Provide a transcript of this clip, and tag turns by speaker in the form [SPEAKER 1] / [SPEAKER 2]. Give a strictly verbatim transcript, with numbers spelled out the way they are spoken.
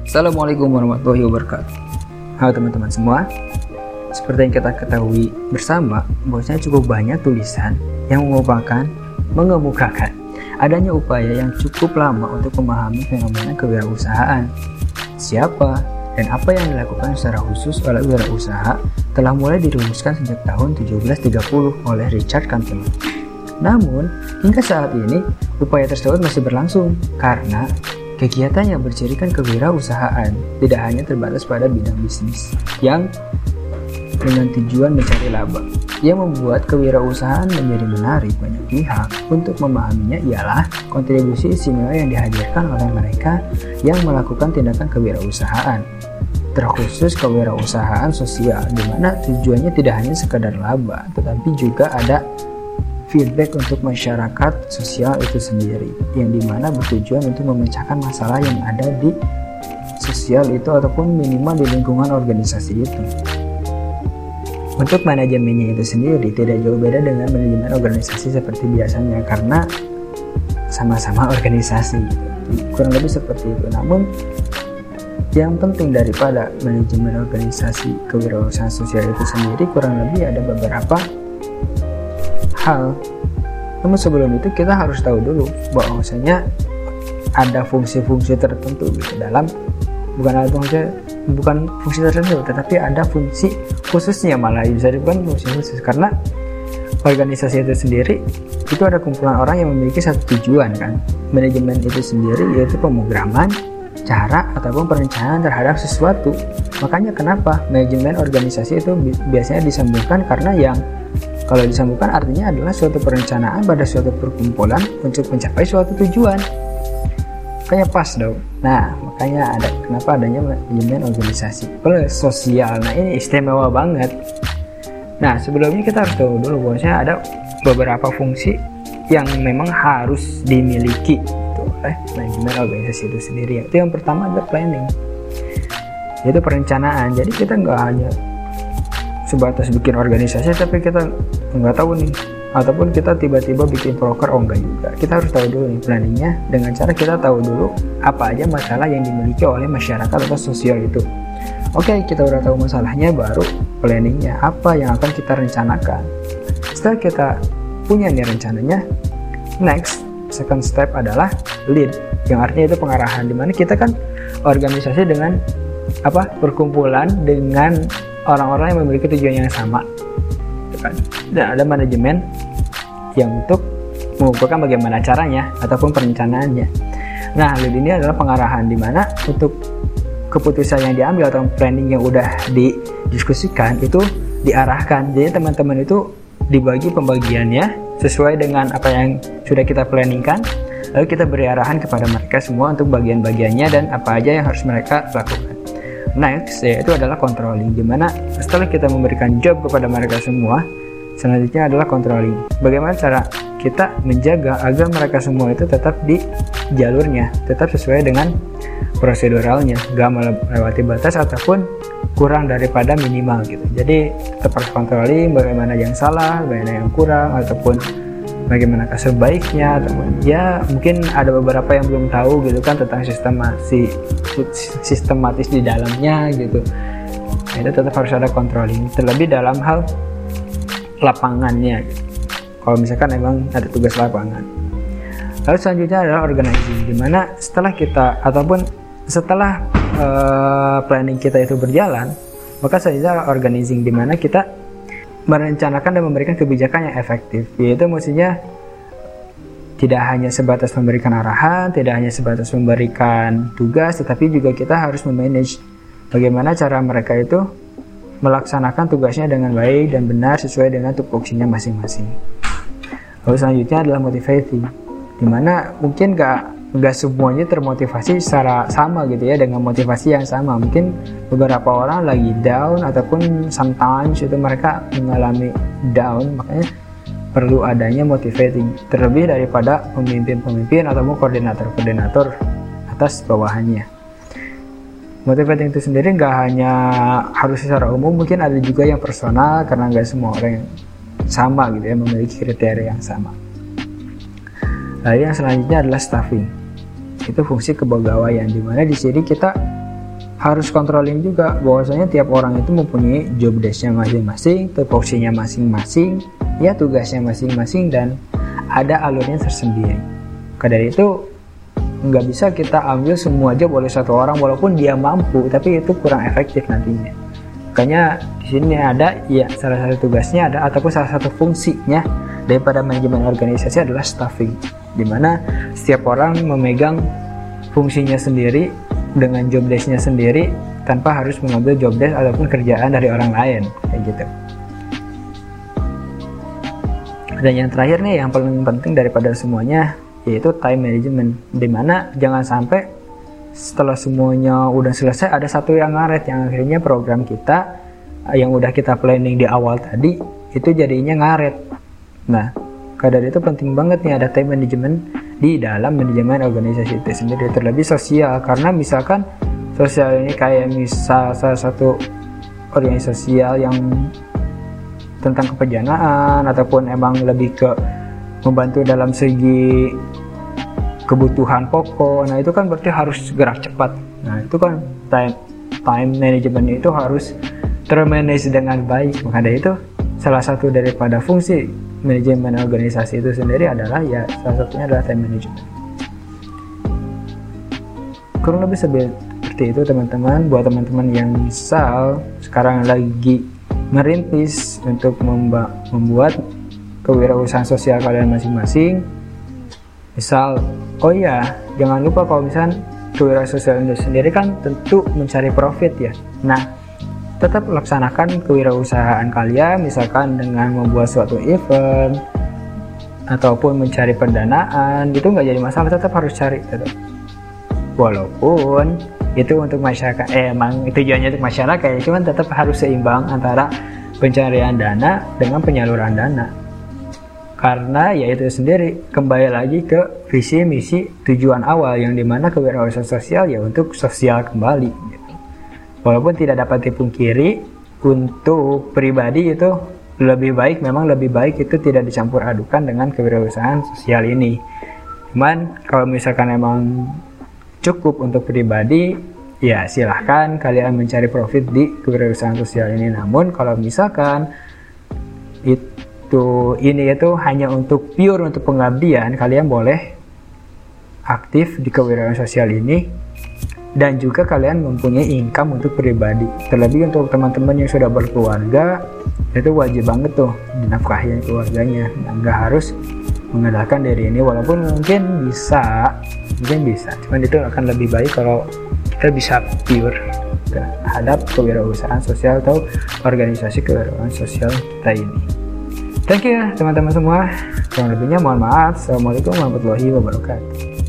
[SPEAKER 1] Assalamualaikum warahmatullahi wabarakatuh. Halo teman-teman semua. Seperti yang kita ketahui bersama, bahwasanya cukup banyak tulisan yang merupakan mengemukakan adanya upaya yang cukup lama untuk memahami fenomena kewirausahaan. Siapa dan apa yang dilakukan secara khusus oleh wirausaha telah mulai dirumuskan sejak tahun tujuh belas tiga puluh oleh Richard Cantillon. Namun, hingga saat ini, upaya tersebut masih berlangsung karena kegiatan yang bercirikan kewirausahaan tidak hanya terbatas pada bidang bisnis yang dengan tujuan mencari laba. Yang membuat kewirausahaan menjadi menarik banyak pihak untuk memahaminya ialah kontribusi istimewa yang dihadirkan oleh mereka yang melakukan tindakan kewirausahaan, terkhusus kewirausahaan sosial, di mana tujuannya tidak hanya sekadar laba, tetapi juga ada feedback untuk masyarakat sosial itu sendiri, yang dimana bertujuan untuk memecahkan masalah yang ada di sosial itu ataupun minimal di lingkungan organisasi itu. Untuk manajemennya itu sendiri tidak jauh beda dengan manajemen organisasi seperti biasanya, karena sama-sama organisasi gitu. Kurang lebih seperti itu. Namun yang penting daripada manajemen organisasi kewirausahaan sosial itu sendiri kurang lebih ada beberapa hal. Namun sebelum itu kita harus tahu dulu bahwasanya ada fungsi-fungsi tertentu gitu dalam bukan ada fungsi bukan fungsi tertentu tetapi ada fungsi khususnya, malah bisa disebut fungsi khusus, karena organisasi itu sendiri itu ada kumpulan orang yang memiliki satu tujuan kan. Manajemen itu sendiri yaitu pemrograman cara ataupun perencanaan terhadap sesuatu. Makanya kenapa manajemen organisasi itu biasanya disambungkan, karena yang kalau disambungkan artinya adalah suatu perencanaan pada suatu perkumpulan untuk mencapai suatu tujuan. Makanya pas dong. Nah, makanya ada kenapa adanya manajemen organisasi plus sosial. Nah, ini istimewa banget. Nah, sebelumnya kita harus tahu dulu bahwasanya ada beberapa fungsi yang memang harus dimiliki gitu, oleh manajemen organisasi itu sendiri. Itu yang pertama adalah planning, yaitu perencanaan. Jadi kita nggak hanya sebatas bikin organisasi tapi kita nggak tahu nih, ataupun kita tiba-tiba bikin broker, oh enggak juga. Kita harus tahu dulu nih planningnya dengan cara kita tahu dulu apa aja masalah yang dimiliki oleh masyarakat atau sosial itu. Oke, kita udah tahu masalahnya, baru planningnya apa yang akan kita rencanakan. Setelah kita punya nih rencananya, next second step adalah lead, yang artinya itu pengarahan, dimana kita kan organisasi dengan apa perkumpulan dengan orang-orang yang memiliki tujuan yang sama, kan? Dan ada manajemen yang untuk mengumpulkan bagaimana caranya ataupun perencanaannya. Nah, lead ini adalah pengarahan, di mana untuk keputusan yang diambil atau planning yang udah didiskusikan itu diarahkan. Jadi teman-teman itu dibagi pembagiannya sesuai dengan apa yang sudah kita planningkan, lalu kita beri arahan kepada mereka semua untuk bagian-bagiannya dan apa aja yang harus mereka lakukan. Next, yaitu adalah controlling, dimana setelah kita memberikan job kepada mereka semua, selanjutnya adalah controlling. Bagaimana cara kita menjaga agar mereka semua itu tetap di jalurnya, tetap sesuai dengan proseduralnya, gak melewati batas ataupun kurang daripada minimal gitu. Jadi tetap harus controlling bagaimana yang salah, bagaimana yang kurang, ataupun bagaimana sebaiknya, ataupun ya mungkin ada beberapa yang belum tahu gitu kan tentang sistematis sistematis di dalamnya gitu. Nah, itu tetap harus ada controlling, terlebih dalam hal lapangannya gitu. Kalau misalkan emang ada tugas lapangan. Lalu selanjutnya adalah organizing, dimana setelah kita ataupun setelah uh, planning kita itu berjalan, maka selanjutnya adalah organizing, dimana kita merencanakan dan memberikan kebijakan yang efektif, yaitu maksudnya tidak hanya sebatas memberikan arahan, tidak hanya sebatas memberikan tugas, tetapi juga kita harus memanage bagaimana cara mereka itu melaksanakan tugasnya dengan baik dan benar sesuai dengan tupoksinya masing-masing. Lalu selanjutnya adalah motivating, dimana mungkin gak, gak semuanya termotivasi secara sama gitu ya, dengan motivasi yang sama. Mungkin beberapa orang lagi down ataupun sometimes itu mereka mengalami down, makanya perlu adanya motivating, terlebih daripada pemimpin-pemimpin ataupun koordinator-koordinator atas bawahannya. Motivating itu sendiri nggak hanya harus secara umum, mungkin ada juga yang personal, karena nggak semua orang yang sama gitu ya memiliki kriteria yang sama. Lalu yang selanjutnya adalah staffing. Itu fungsi kepegawaian, dimana di sini kita harus controlling juga bahwasanya tiap orang itu mempunyai job desk-nya masing-masing, tupoksinya masing-masing, ya tugasnya masing-masing, dan ada alurnya tersendiri. Maka dari itu nggak bisa kita ambil semua job oleh satu orang walaupun dia mampu, tapi itu kurang efektif nantinya. Makanya di sini ada ya salah satu tugasnya ada ataupun salah satu fungsinya daripada manajemen organisasi adalah staffing, di mana setiap orang memegang fungsinya sendiri dengan job desk-nya sendiri tanpa harus mengambil job desk ataupun kerjaan dari orang lain kayak gitu. Dan yang terakhir nih yang paling penting daripada semuanya yaitu time management, dimana jangan sampai setelah semuanya udah selesai ada satu yang ngaret, yang akhirnya program kita yang udah kita planning di awal tadi itu jadinya ngaret. Nah, kadar itu penting banget nih ada time management di dalam manajemen organisasi itu sendiri, terlebih sosial, karena misalkan sosial ini kayak misal salah satu organisasi sosial yang tentang kepejanaan ataupun emang lebih ke membantu dalam segi kebutuhan pokok, nah itu kan berarti harus gerak cepat. Nah itu kan time time management itu harus termanage dengan baik. Maka dari itu salah satu daripada fungsi manajemen organisasi itu sendiri adalah ya salah satunya adalah time management. Kurang lebih seperti itu teman-teman. Buat teman-teman yang misal sekarang lagi merintis untuk membuat kewirausahaan sosial kalian masing-masing, misal oh iya jangan lupa kalau misal kewirausahaan sosial itu sendiri kan tentu mencari profit ya. Nah tetap laksanakan kewirausahaan kalian misalkan dengan membuat suatu event ataupun mencari pendanaan, itu nggak jadi masalah, tetap harus cari tetap. Walaupun itu untuk masyarakat, eh, emang tujuannya untuk masyarakat ya, cuman tetap harus seimbang antara pencarian dana dengan penyaluran dana. Karena ya itu sendiri kembali lagi ke visi misi tujuan awal yang dimana kewirausahaan sosial ya untuk sosial kembali gitu. Walaupun tidak dapat dipungkiri untuk pribadi itu lebih baik, memang lebih baik itu tidak dicampur adukan dengan kewirausahaan sosial ini. Cuman kalau misalkan emang cukup untuk pribadi, ya silahkan kalian mencari profit di kewirausahaan sosial ini. Namun kalau misalkan itu ini itu hanya untuk pure untuk pengabdian, kalian boleh aktif di kewirausahaan sosial ini. Dan juga kalian mempunyai income untuk pribadi. Terlebih untuk teman-teman yang sudah berkeluarga, itu wajib banget tuh dinafkahi keluarganya. Nah, nggak harus mengandalkan dari ini, walaupun mungkin bisa, mungkin bisa. Cuman itu akan lebih baik kalau kita bisa pure terhadap kewirausahaan sosial atau organisasi kewirausahaan sosial kita ini. Thank you teman-teman semua. Kurang lebihnya mohon maaf. Assalamualaikum warahmatullahi wabarakatuh.